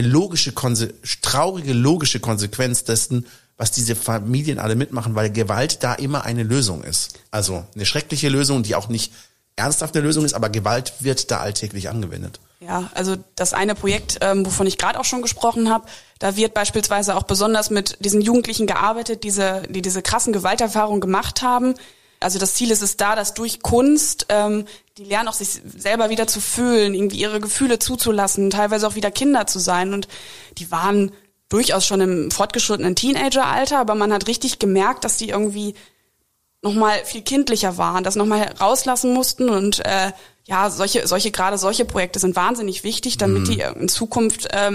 traurige logische Konsequenz dessen, was diese Familien alle mitmachen, weil Gewalt da immer eine Lösung ist. Also eine schreckliche Lösung, die auch nicht ernsthaft eine Lösung ist, aber Gewalt wird da alltäglich angewendet. Ja, also das eine Projekt, wovon ich gerade auch schon gesprochen habe, da wird beispielsweise auch besonders mit diesen Jugendlichen gearbeitet, die diese krassen Gewalterfahrungen gemacht haben. Also das Ziel ist es da, dass durch Kunst die lernen auch sich selber wieder zu fühlen, irgendwie ihre Gefühle zuzulassen, teilweise auch wieder Kinder zu sein. Und die waren durchaus schon im fortgeschrittenen Teenageralter, aber man hat richtig gemerkt, dass die irgendwie nochmal viel kindlicher waren, das nochmal rauslassen mussten und solche Projekte sind wahnsinnig wichtig, damit die in Zukunft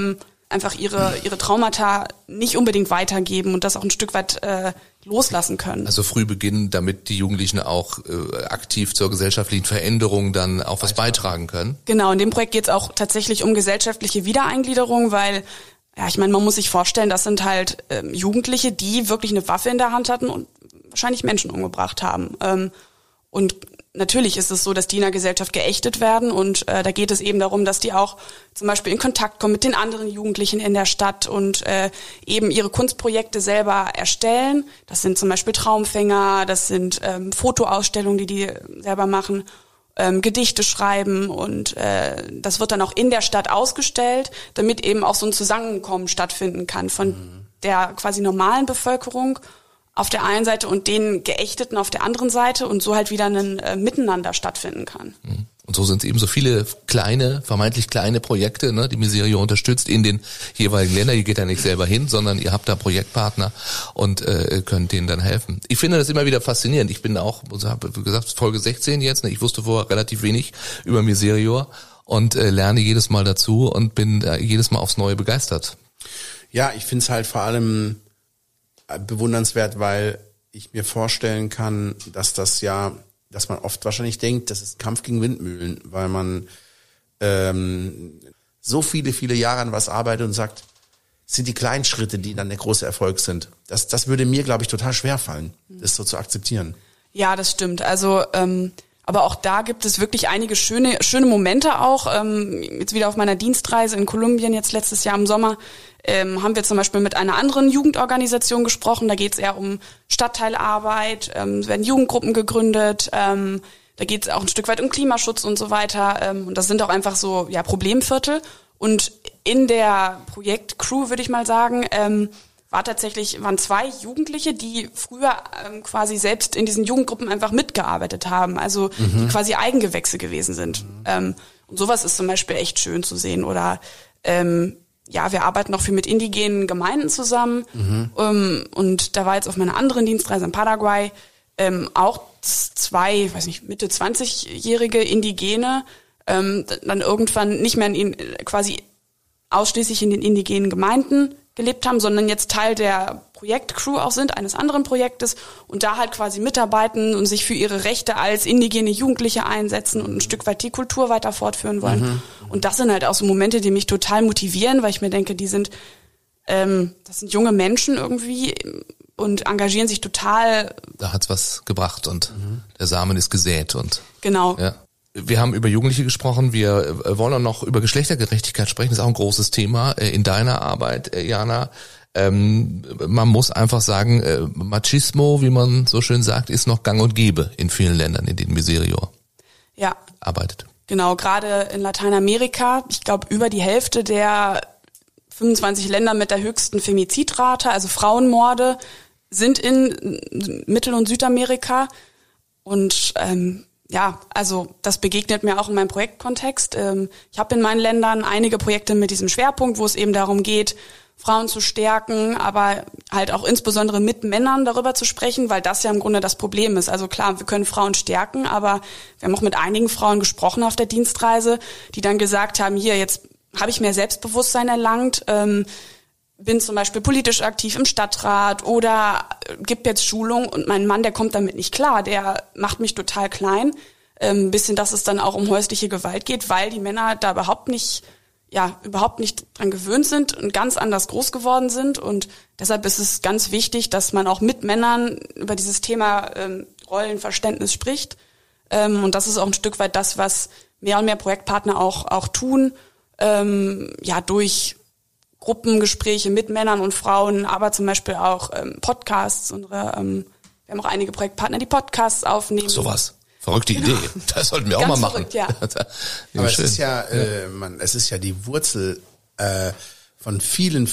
einfach ihre Traumata nicht unbedingt weitergeben und das auch ein Stück weit loslassen können. Also früh beginnen, damit die Jugendlichen auch aktiv zur gesellschaftlichen Veränderung dann auch was beitragen können. Genau, in dem Projekt geht es auch tatsächlich um gesellschaftliche Wiedereingliederung, weil, ja, ich meine, man muss sich vorstellen, das sind halt Jugendliche, die wirklich eine Waffe in der Hand hatten und wahrscheinlich Menschen umgebracht haben. Und natürlich ist es so, dass die in der Gesellschaft geächtet werden und da geht es eben darum, dass die auch zum Beispiel in Kontakt kommen mit den anderen Jugendlichen in der Stadt und eben ihre Kunstprojekte selber erstellen. Das sind zum Beispiel Traumfänger, das sind Fotoausstellungen, die selber machen, Gedichte schreiben und das wird dann auch in der Stadt ausgestellt, damit eben auch so ein Zusammenkommen stattfinden kann von der quasi normalen Bevölkerung auf der einen Seite und den Geächteten auf der anderen Seite und so halt wieder ein Miteinander stattfinden kann. Und so sind es eben so viele kleine, vermeintlich kleine Projekte, ne, die Miserio unterstützt in den jeweiligen Ländern. Ihr geht ja nicht selber hin, sondern ihr habt da Projektpartner und könnt denen dann helfen. Ich finde das immer wieder faszinierend. Ich bin auch, habe gesagt, Folge 16 jetzt. Ne, ich wusste vorher relativ wenig über Miserio und lerne jedes Mal dazu und bin jedes Mal aufs Neue begeistert. Ja, ich finde es halt vor allem bewundernswert, weil ich mir vorstellen kann, dass man oft wahrscheinlich denkt, das ist ein Kampf gegen Windmühlen, weil man so viele Jahre an was arbeitet und sagt, es sind die kleinen Schritte, die dann der große Erfolg sind. Das würde mir, glaube ich, total schwer fallen, das so zu akzeptieren. Ja, das stimmt. Also aber auch da gibt es wirklich einige schöne Momente auch. Jetzt wieder auf meiner Dienstreise in Kolumbien, jetzt letztes Jahr im Sommer, haben wir zum Beispiel mit einer anderen Jugendorganisation gesprochen. Da geht es eher um Stadtteilarbeit, es werden Jugendgruppen gegründet, da geht es auch ein Stück weit um Klimaschutz und so weiter. Und das sind auch einfach so Problemviertel. Und in der Projektcrew, würde ich mal sagen, waren 2 Jugendliche, die früher quasi selbst in diesen Jugendgruppen einfach mitgearbeitet haben, also die quasi Eigengewächse gewesen sind. Und sowas ist zum Beispiel echt schön zu sehen. Oder wir arbeiten auch viel mit indigenen Gemeinden zusammen. Und da war jetzt auf meiner anderen Dienstreise in Paraguay auch 2, Mitte 20-jährige Indigene dann irgendwann nicht mehr quasi ausschließlich in den indigenen Gemeinden gelebt haben, sondern jetzt Teil der Projektcrew auch sind, eines anderen Projektes und da halt quasi mitarbeiten und sich für ihre Rechte als indigene Jugendliche einsetzen und ein Stück weit die Kultur weiter fortführen wollen. Und das sind halt auch so Momente, die mich total motivieren, weil ich mir denke, das sind junge Menschen irgendwie und engagieren sich total. Da hat's was gebracht und der Samen ist gesät und. Genau. Ja. Wir haben über Jugendliche gesprochen, wir wollen auch noch über Geschlechtergerechtigkeit sprechen, das ist auch ein großes Thema in deiner Arbeit, Jana. Man muss einfach sagen, Machismo, wie man so schön sagt, ist noch gang und gäbe in vielen Ländern, in denen Miserio arbeitet. Genau, gerade in Lateinamerika, ich glaube über die Hälfte der 25 Länder mit der höchsten Femizidrate, also Frauenmorde, sind in Mittel- und Südamerika und also das begegnet mir auch in meinem Projektkontext. Ich habe in meinen Ländern einige Projekte mit diesem Schwerpunkt, wo es eben darum geht, Frauen zu stärken, aber halt auch insbesondere mit Männern darüber zu sprechen, weil das ja im Grunde das Problem ist. Also klar, wir können Frauen stärken, aber wir haben auch mit einigen Frauen gesprochen auf der Dienstreise, die dann gesagt haben, hier, jetzt habe ich mehr Selbstbewusstsein erlangt, bin zum Beispiel politisch aktiv im Stadtrat oder gibt jetzt Schulung und mein Mann, der kommt damit nicht klar, der macht mich total klein, bis hin, dass es dann auch um häusliche Gewalt geht, weil die Männer da überhaupt nicht dran gewöhnt sind und ganz anders groß geworden sind und deshalb ist es ganz wichtig, dass man auch mit Männern über dieses Thema Rollenverständnis spricht und das ist auch ein Stück weit das, was mehr und mehr Projektpartner auch tun, durch Gruppengespräche mit Männern und Frauen, aber zum Beispiel auch Podcasts. Wir haben auch einige Projektpartner, die Podcasts aufnehmen. Sowas. Verrückte Idee. Das sollten wir auch mal machen. Verrückt, ja. Aber es ist ja, es ist ja die Wurzel von vielem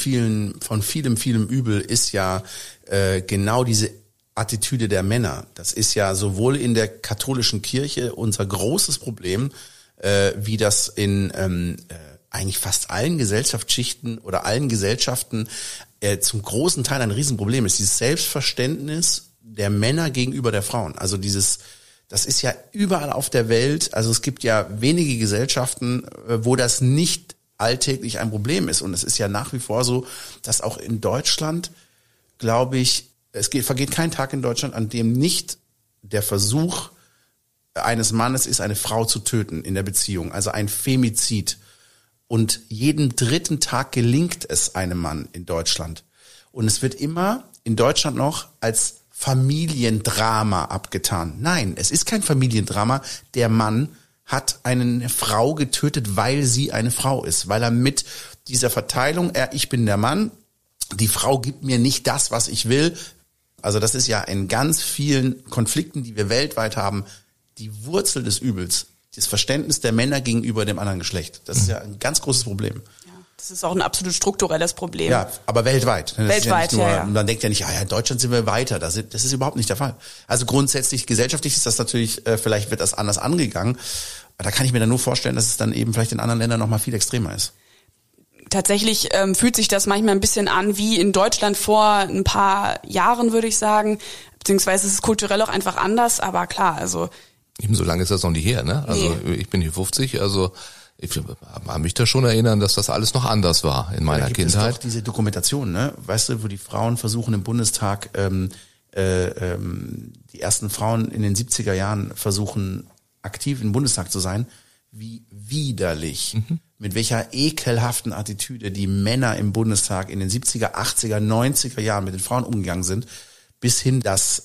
Übel ist ja genau diese Attitüde der Männer. Das ist ja sowohl in der katholischen Kirche unser großes Problem, wie das in eigentlich fast allen Gesellschaftsschichten oder allen Gesellschaften zum großen Teil ein Riesenproblem ist. Dieses Selbstverständnis der Männer gegenüber der Frauen. Also das ist ja überall auf der Welt, also es gibt ja wenige Gesellschaften, wo das nicht alltäglich ein Problem ist. Und es ist ja nach wie vor so, dass auch in Deutschland, glaube ich, vergeht kein Tag in Deutschland, an dem nicht der Versuch eines Mannes ist, eine Frau zu töten in der Beziehung, also ein Femizid. Und jeden dritten Tag gelingt es einem Mann in Deutschland. Und es wird immer in Deutschland noch als Familiendrama abgetan. Nein, es ist kein Familiendrama. Der Mann hat eine Frau getötet, weil sie eine Frau ist, weil er mit dieser Verteilung, ich bin der Mann, die Frau gibt mir nicht das, was ich will. Also das ist ja in ganz vielen Konflikten, die wir weltweit haben, die Wurzel des Übels, das Verständnis der Männer gegenüber dem anderen Geschlecht. Das ist ja ein ganz großes Problem. Ja, das ist auch ein absolut strukturelles Problem. Ja, aber weltweit. Das weltweit, ist ja nicht nur, man denkt ja nicht, in Deutschland sind wir weiter. Das ist überhaupt nicht der Fall. Also grundsätzlich, gesellschaftlich ist das natürlich, vielleicht wird das anders angegangen. Aber da kann ich mir dann nur vorstellen, dass es dann eben vielleicht in anderen Ländern noch mal viel extremer ist. Tatsächlich fühlt sich das manchmal ein bisschen an wie in Deutschland vor ein paar Jahren, würde ich sagen. Beziehungsweise es ist kulturell auch einfach anders. Aber klar, also... Eben so lange ist das noch nicht her, ne? Also ich bin hier 50, also ich kann mich da schon erinnern, dass das alles noch anders war in meiner Kindheit. Es doch diese Dokumentation, ne? Weißt du, wo die Frauen versuchen im Bundestag, die ersten Frauen in den 70er Jahren versuchen, aktiv im Bundestag zu sein, wie widerlich, mit welcher ekelhaften Attitüde die Männer im Bundestag in den 70er, 80er, 90er Jahren mit den Frauen umgegangen sind, bis hin, dass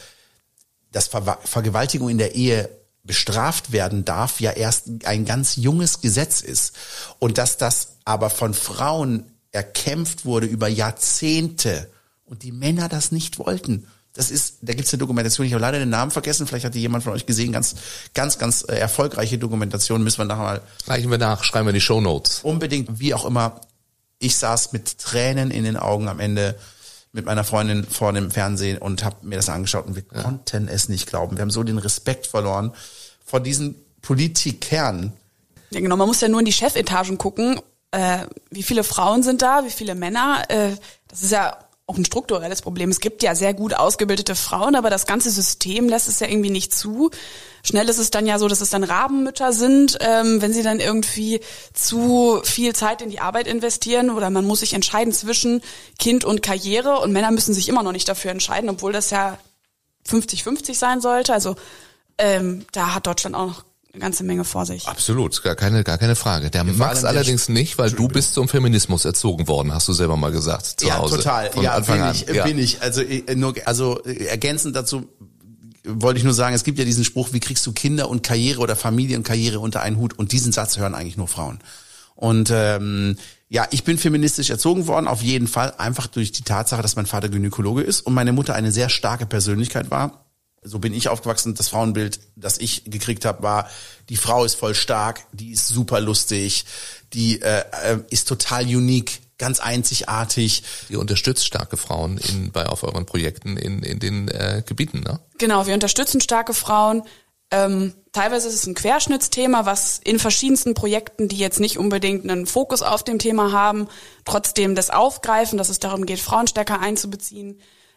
Vergewaltigung in der Ehe bestraft werden darf, ja erst ein ganz junges Gesetz ist. Und dass das aber von Frauen erkämpft wurde über Jahrzehnte und die Männer das nicht wollten. Da gibt's eine Dokumentation, ich habe leider den Namen vergessen, vielleicht hat die jemand von euch gesehen, ganz erfolgreiche Dokumentation, müssen wir nachher mal... Reichen wir nach, schreiben wir in die Shownotes. Unbedingt, wie auch immer, ich saß mit Tränen in den Augen am Ende mit meiner Freundin vor dem Fernsehen und habe mir das angeschaut und wir konnten es nicht glauben. Wir haben so den Respekt verloren vor diesen Politikern. Ja genau, man muss ja nur in die Chefetagen gucken, wie viele Frauen sind da, wie viele Männer. Das ist ja auch ein strukturelles Problem. Es gibt ja sehr gut ausgebildete Frauen, aber das ganze System lässt es ja irgendwie nicht zu. Schnell ist es dann ja so, dass es dann Rabenmütter sind, wenn sie dann irgendwie zu viel Zeit in die Arbeit investieren oder man muss sich entscheiden zwischen Kind und Karriere und Männer müssen sich immer noch nicht dafür entscheiden, obwohl das ja 50-50 sein sollte. Also da hat Deutschland auch noch eine ganze Menge vor sich. Absolut, gar keine Frage. Der Max allerdings nicht, weil du bist zum Feminismus erzogen worden, hast du selber mal gesagt, zu Hause. Total. Von Anfang an. Bin ich. Also ergänzend dazu wollte ich nur sagen, es gibt ja diesen Spruch, wie kriegst du Kinder und Karriere oder Familie und Karriere unter einen Hut? Und diesen Satz hören eigentlich nur Frauen. Und ich bin feministisch erzogen worden, auf jeden Fall, einfach durch die Tatsache, dass mein Vater Gynäkologe ist und meine Mutter eine sehr starke Persönlichkeit war. So bin ich aufgewachsen. Das Frauenbild, das ich gekriegt habe, war, die Frau ist voll stark, die ist super lustig, die ist total unique, ganz einzigartig. Ihr unterstützt starke Frauen auf euren Projekten in den Gebieten, ne? Genau, wir unterstützen starke Frauen. Teilweise ist es ein Querschnittsthema, was in verschiedensten Projekten, die jetzt nicht unbedingt einen Fokus auf dem Thema haben, trotzdem das aufgreifen, dass es darum geht, Frauen stärker einzubeziehen.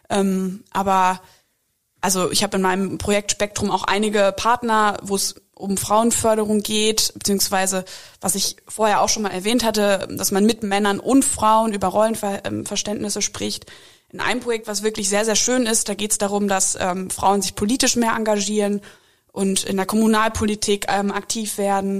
Aber also ich habe in meinem Projektspektrum auch einige Partner, wo es um Frauenförderung geht, beziehungsweise was ich vorher auch schon mal erwähnt hatte, dass man mit Männern und Frauen über Rollenverständnisse spricht. In einem Projekt, was wirklich sehr, sehr schön ist, da geht es darum, dass Frauen sich politisch mehr engagieren und in der Kommunalpolitik aktiv werden.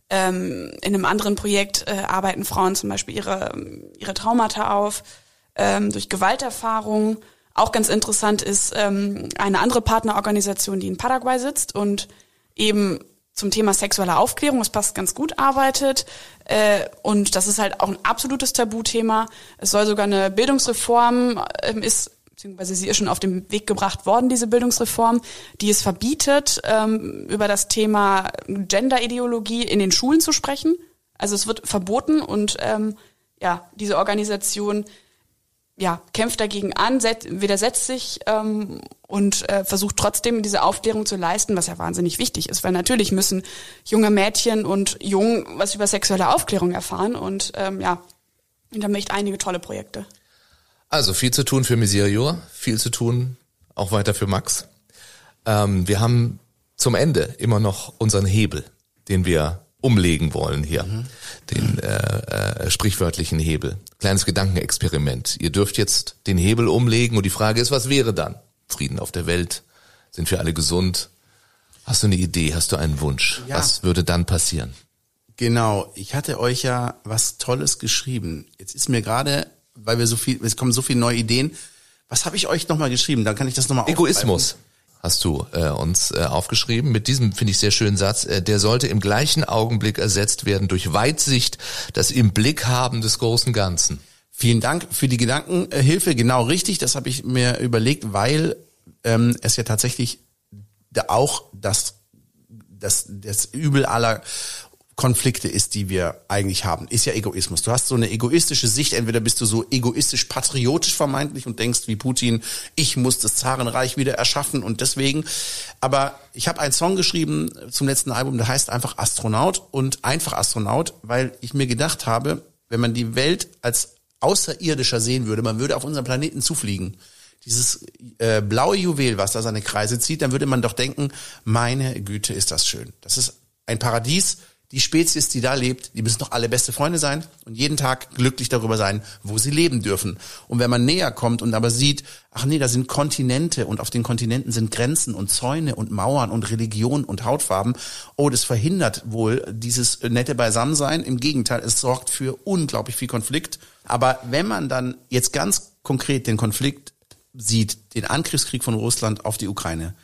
In einem anderen Projekt arbeiten Frauen zum Beispiel ihre Traumata auf durch Gewalterfahrungen. Auch ganz interessant ist eine andere Partnerorganisation, die in Paraguay sitzt und eben zum Thema sexuelle Aufklärung, das passt ganz gut, arbeitet. Und das ist halt auch ein absolutes Tabuthema. Es soll sogar eine Bildungsreform beziehungsweise sie ist schon auf den Weg gebracht worden, diese Bildungsreform, die es verbietet, über das Thema Genderideologie in den Schulen zu sprechen. Also es wird verboten und diese Organisation kämpft dagegen an, widersetzt sich und versucht trotzdem diese Aufklärung zu leisten, was ja wahnsinnig wichtig ist, weil natürlich müssen junge Mädchen und Jungen was über sexuelle Aufklärung erfahren und und da haben echt einige tolle Projekte. Also viel zu tun für Miserior, viel zu tun auch weiter für Max. Wir haben zum Ende immer noch unseren Hebel, den wir umlegen wollen hier, den sprichwörtlichen Hebel. Kleines Gedankenexperiment. Ihr dürft jetzt den Hebel umlegen und die Frage ist, was wäre dann? Frieden auf der Welt? Sind wir alle gesund? Hast du eine Idee? Hast du einen Wunsch? Ja. Was würde dann passieren? Genau, ich hatte euch ja was Tolles geschrieben. Jetzt ist mir gerade, weil es kommen so viele neue Ideen. Was habe ich euch nochmal geschrieben? Dann kann ich das nochmal aufgreifen. Egoismus hast du uns aufgeschrieben. Mit diesem, finde ich, sehr schönen Satz. Der sollte im gleichen Augenblick ersetzt werden durch Weitsicht, das im Blick haben des großen Ganzen. Vielen Dank für die Gedankenhilfe. Genau richtig, das habe ich mir überlegt, weil es ja tatsächlich auch das Übel aller Konflikte ist, die wir eigentlich haben, ist ja Egoismus. Du hast so eine egoistische Sicht, entweder bist du so egoistisch patriotisch vermeintlich und denkst wie Putin, ich muss das Zarenreich wieder erschaffen und deswegen. Aber ich habe einen Song geschrieben zum letzten Album, der heißt einfach Astronaut und einfach Astronaut, weil ich mir gedacht habe, wenn man die Welt als außerirdischer sehen würde, man würde auf unseren Planeten zufliegen. Dieses blaue Juwel, was da seine Kreise zieht, dann würde man doch denken, meine Güte, ist das schön. Das ist ein Paradies. Die Spezies, die da lebt, die müssen doch alle beste Freunde sein und jeden Tag glücklich darüber sein, wo sie leben dürfen. Und wenn man näher kommt und aber sieht, ach nee, da sind Kontinente und auf den Kontinenten sind Grenzen und Zäune und Mauern und Religion und Hautfarben, oh, das verhindert wohl dieses nette Beisammensein. Im Gegenteil, es sorgt für unglaublich viel Konflikt. Aber wenn man dann jetzt ganz konkret den Konflikt sieht, den Angriffskrieg von Russland auf die Ukraine,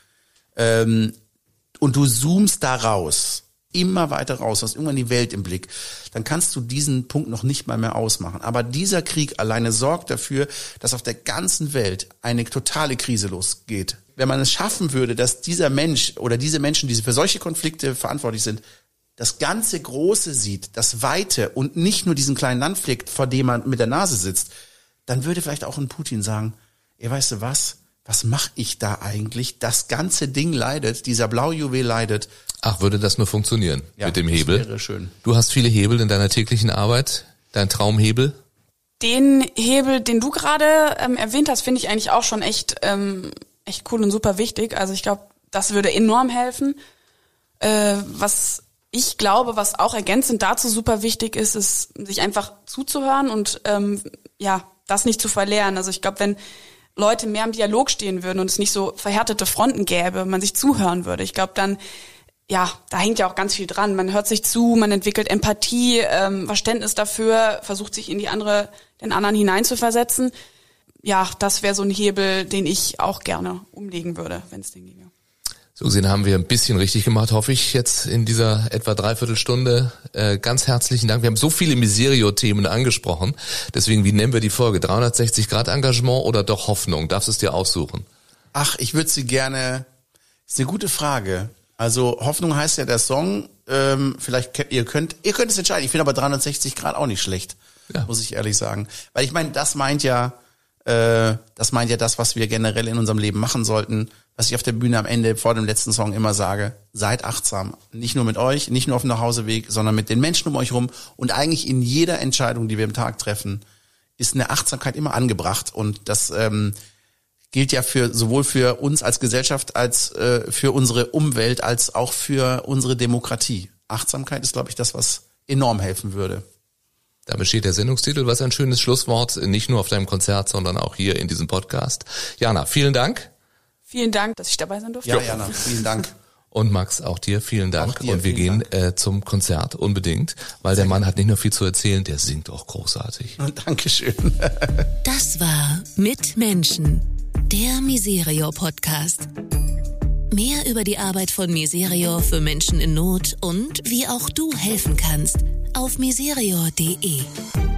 und du zoomst da raus, immer weiter raus, hast irgendwann die Welt im Blick, dann kannst du diesen Punkt noch nicht mal mehr ausmachen. Aber dieser Krieg alleine sorgt dafür, dass auf der ganzen Welt eine totale Krise losgeht. Wenn man es schaffen würde, dass dieser Mensch oder diese Menschen, die für solche Konflikte verantwortlich sind, das ganze Große sieht, das Weite und nicht nur diesen kleinen Landfleck, vor dem man mit der Nase sitzt, dann würde vielleicht auch ein Putin sagen, weißt du was mache ich da eigentlich? Das ganze Ding leidet, dieser Blaujuwel leidet. Ach, würde das nur funktionieren mit dem Hebel? Das wäre schön. Du hast viele Hebel in deiner täglichen Arbeit. Dein Traumhebel? Den Hebel, den du gerade erwähnt hast, finde ich eigentlich auch schon echt cool und super wichtig. Also ich glaube, das würde enorm helfen. Was ich glaube, was auch ergänzend dazu super wichtig ist, ist, sich einfach zuzuhören und das nicht zu verlernen. Also ich glaube, wenn Leute mehr im Dialog stehen würden und es nicht so verhärtete Fronten gäbe, man sich zuhören würde. Ich glaube dann, da hängt ja auch ganz viel dran. Man hört sich zu, man entwickelt Empathie, Verständnis dafür, versucht sich in den anderen hineinzuversetzen. Ja, das wäre so ein Hebel, den ich auch gerne umlegen würde, wenn es den ginge. So gesehen haben wir ein bisschen richtig gemacht, hoffe ich, jetzt in dieser etwa Dreiviertelstunde. Ganz herzlichen Dank. Wir haben so viele Miserio-Themen angesprochen. Deswegen, wie nennen wir die Folge? 360 Grad Engagement oder doch Hoffnung? Darfst du es dir aussuchen? Ach, ich würde sie gerne... Ist eine gute Frage. Also Hoffnung heißt ja der Song. Vielleicht ihr könnt es entscheiden. Ich finde aber 360 Grad auch nicht schlecht, muss ich ehrlich sagen. Weil ich meine, das meint ja das, was wir generell in unserem Leben machen sollten. Was ich auf der Bühne am Ende vor dem letzten Song immer sage, seid achtsam. Nicht nur mit euch, nicht nur auf dem Nachhauseweg, sondern mit den Menschen um euch rum. Und eigentlich in jeder Entscheidung, die wir im Tag treffen, ist eine Achtsamkeit immer angebracht. Und das gilt ja sowohl für uns als Gesellschaft, als für unsere Umwelt, als auch für unsere Demokratie. Achtsamkeit ist, glaube ich, das, was enorm helfen würde. Damit steht der Sendungstitel, was ein schönes Schlusswort, nicht nur auf deinem Konzert, sondern auch hier in diesem Podcast. Jana, vielen Dank. Vielen Dank, dass ich dabei sein durfte. Ja, Jana, vielen Dank. Und Max, auch dir vielen Dank. Dir, und wir gehen zum Konzert unbedingt, weil der Mann hat nicht nur viel zu erzählen, der singt auch großartig. Dankeschön. Das war Mit Menschen, der Miserio-Podcast. Mehr über die Arbeit von Miserio für Menschen in Not und wie auch du helfen kannst auf miserio.de.